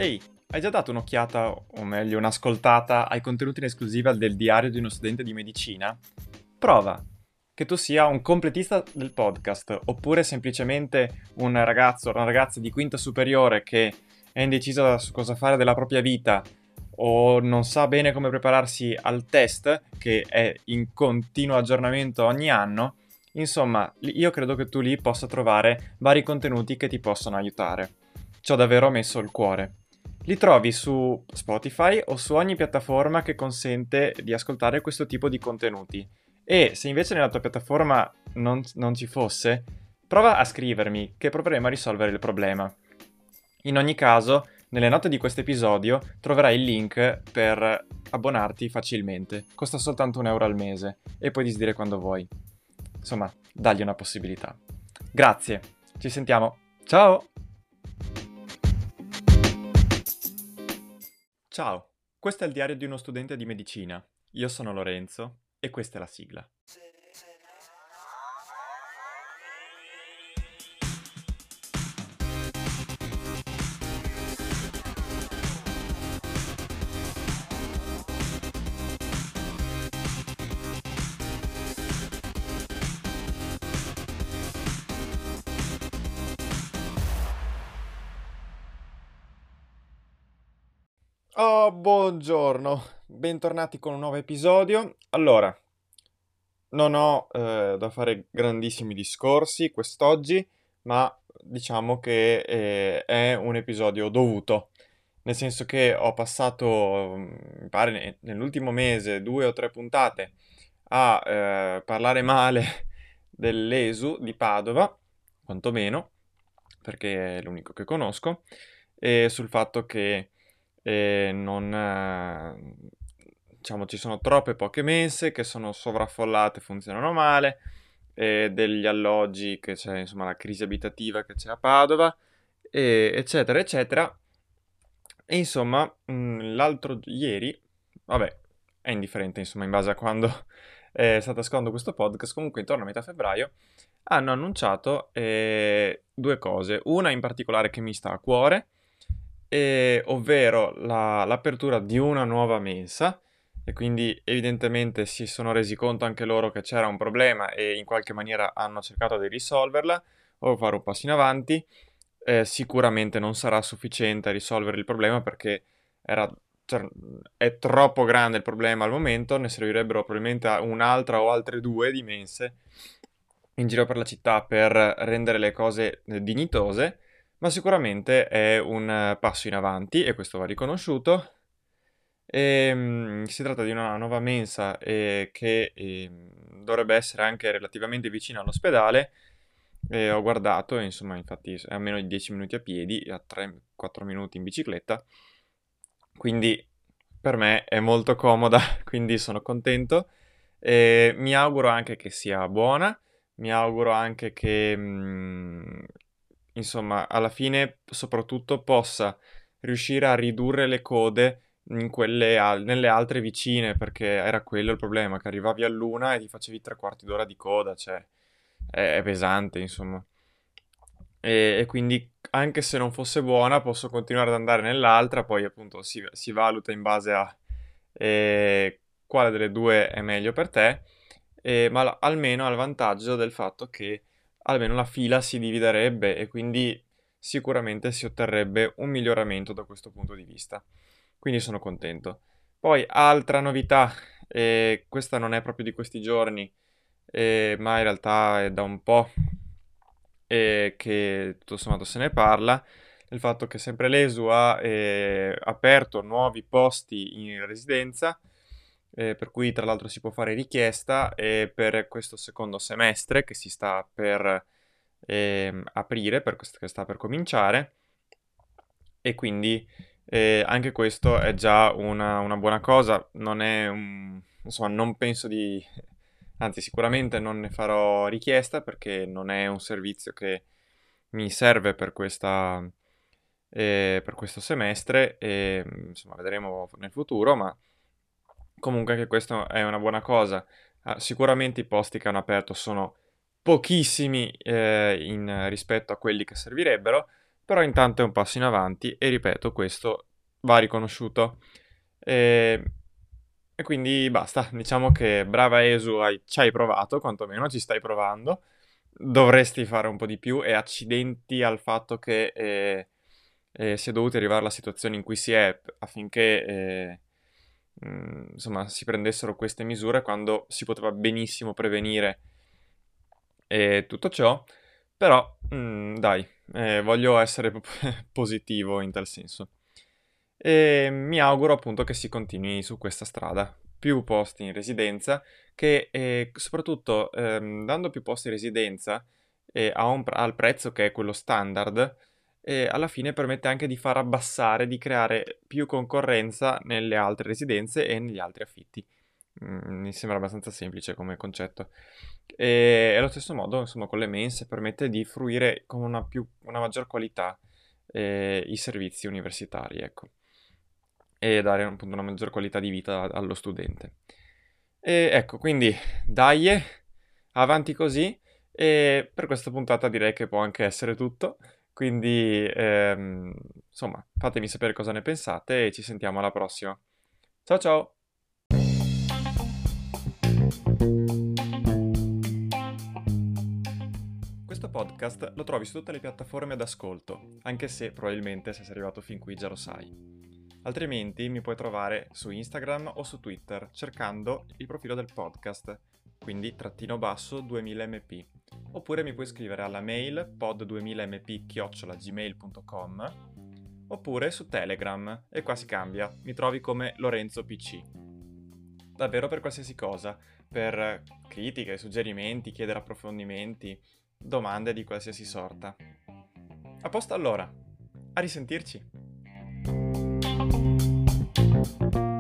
Ehi, hai già dato un'occhiata, o meglio un'ascoltata, ai contenuti in esclusiva del diario di uno studente di medicina? Prova che tu sia un completista del podcast, oppure semplicemente un ragazzo o una ragazza di quinta superiore che è indecisa su cosa fare della propria vita o non sa bene come prepararsi al test, che è in continuo aggiornamento ogni anno. Insomma, io credo che tu lì possa trovare vari contenuti che ti possono aiutare. Ci ho davvero messo il cuore. Li trovi su Spotify o su ogni piattaforma che consente di ascoltare questo tipo di contenuti. E se invece nella tua piattaforma non ci fosse, prova a scrivermi che proveremo a risolvere il problema. In ogni caso, nelle note di questo episodio troverai il link per abbonarti facilmente. Costa soltanto €1 al mese e puoi disdire quando vuoi. Insomma, dagli una possibilità. Grazie, ci sentiamo. Ciao! Ciao, questo è il diario di uno studente di medicina. Io sono Lorenzo e questa è la sigla. Oh, buongiorno, bentornati con un nuovo episodio. Allora, non ho da fare grandissimi discorsi quest'oggi, ma diciamo che è un episodio dovuto, nel senso che ho passato, mi pare, nell'ultimo mese 2 o 3 puntate a parlare male dell'ESU di Padova, quantomeno, perché è l'unico che conosco, e sul fatto che non, diciamo, ci sono troppe poche mense che sono sovraffollate, funzionano male, degli alloggi, che c'è insomma la crisi abitativa che c'è a Padova, eccetera, eccetera. E insomma, l'altro ieri, vabbè, è indifferente insomma in base a quando state ascoltando questo podcast, comunque intorno a metà febbraio, hanno annunciato due cose. Una in particolare che mi sta a cuore, ovvero l'apertura di una nuova mensa, e quindi evidentemente si sono resi conto anche loro che c'era un problema e in qualche maniera hanno cercato di risolverla o fare un passo in avanti. Sicuramente non sarà sufficiente a risolvere il problema perché era, cioè, è troppo grande il problema al momento, ne servirebbero probabilmente un'altra o altre due di mense in giro per la città per rendere le cose dignitose, ma sicuramente è un passo in avanti e questo va riconosciuto. Si tratta di una nuova mensa che dovrebbe essere anche relativamente vicina all'ospedale. Ho guardato, e insomma, infatti è a meno di 10 minuti a piedi e a 3-4 minuti in bicicletta, quindi per me è molto comoda, quindi sono contento. Mi auguro anche che sia buona, mi auguro anche che, insomma, alla fine soprattutto possa riuscire a ridurre le code nelle altre vicine, perché era quello il problema, che arrivavi all'una e ti facevi 3 quarti d'ora di coda, cioè è pesante, insomma. E quindi anche se non fosse buona posso continuare ad andare nell'altra, poi appunto si valuta in base a quale delle due è meglio per te, ma almeno ha il vantaggio del fatto che almeno la fila si dividerebbe e quindi sicuramente si otterrebbe un miglioramento da questo punto di vista. Quindi sono contento. Poi altra novità, questa non è proprio di questi giorni, ma in realtà è da un po' che tutto sommato se ne parla, del fatto che sempre l'ESU ha aperto nuovi posti in residenza, per cui tra l'altro si può fare richiesta per questo secondo semestre che si sta per aprire, che sta per cominciare, e quindi anche questo è già una buona cosa. Non è insomma, non penso di, anzi sicuramente non ne farò richiesta perché non è un servizio che mi serve per questo semestre e insomma vedremo nel futuro, ma comunque anche questo è una buona cosa. Sicuramente i posti che hanno aperto sono pochissimi rispetto a quelli che servirebbero, però intanto è un passo in avanti e ripeto, questo va riconosciuto. E, e quindi basta, diciamo che brava Esu, ci hai provato, quantomeno ci stai provando. Dovresti fare un po' di più e accidenti al fatto che si è dovuti arrivare alla situazione in cui si è affinché insomma, si prendessero queste misure quando si poteva benissimo prevenire tutto ciò, però dai, voglio essere positivo in tal senso. E mi auguro appunto che si continui su questa strada. Più posti in residenza, che soprattutto dando più posti in residenza al prezzo che è quello standard, alla fine permette anche di far abbassare, di creare più concorrenza nelle altre residenze e negli altri affitti. Mi sembra abbastanza semplice come concetto. E allo stesso modo, insomma, con le mense permette di fruire con una maggior qualità i servizi universitari, ecco, e dare appunto una maggior qualità di vita allo studente. E ecco, quindi dai, avanti così, e per questa puntata direi che può anche essere tutto. Quindi, insomma, fatemi sapere cosa ne pensate e ci sentiamo alla prossima. Ciao ciao! Questo podcast lo trovi su tutte le piattaforme d'ascolto, anche se probabilmente se sei arrivato fin qui già lo sai. Altrimenti mi puoi trovare su Instagram o su Twitter cercando il profilo del podcast, quindi _ 2000mp. Oppure mi puoi scrivere alla mail pod2000mp@gmail.com oppure su Telegram, e qua si cambia, mi trovi come Lorenzo PC. Davvero per qualsiasi cosa, per critiche, suggerimenti, chiedere approfondimenti, domande di qualsiasi sorta. A posto allora, a risentirci!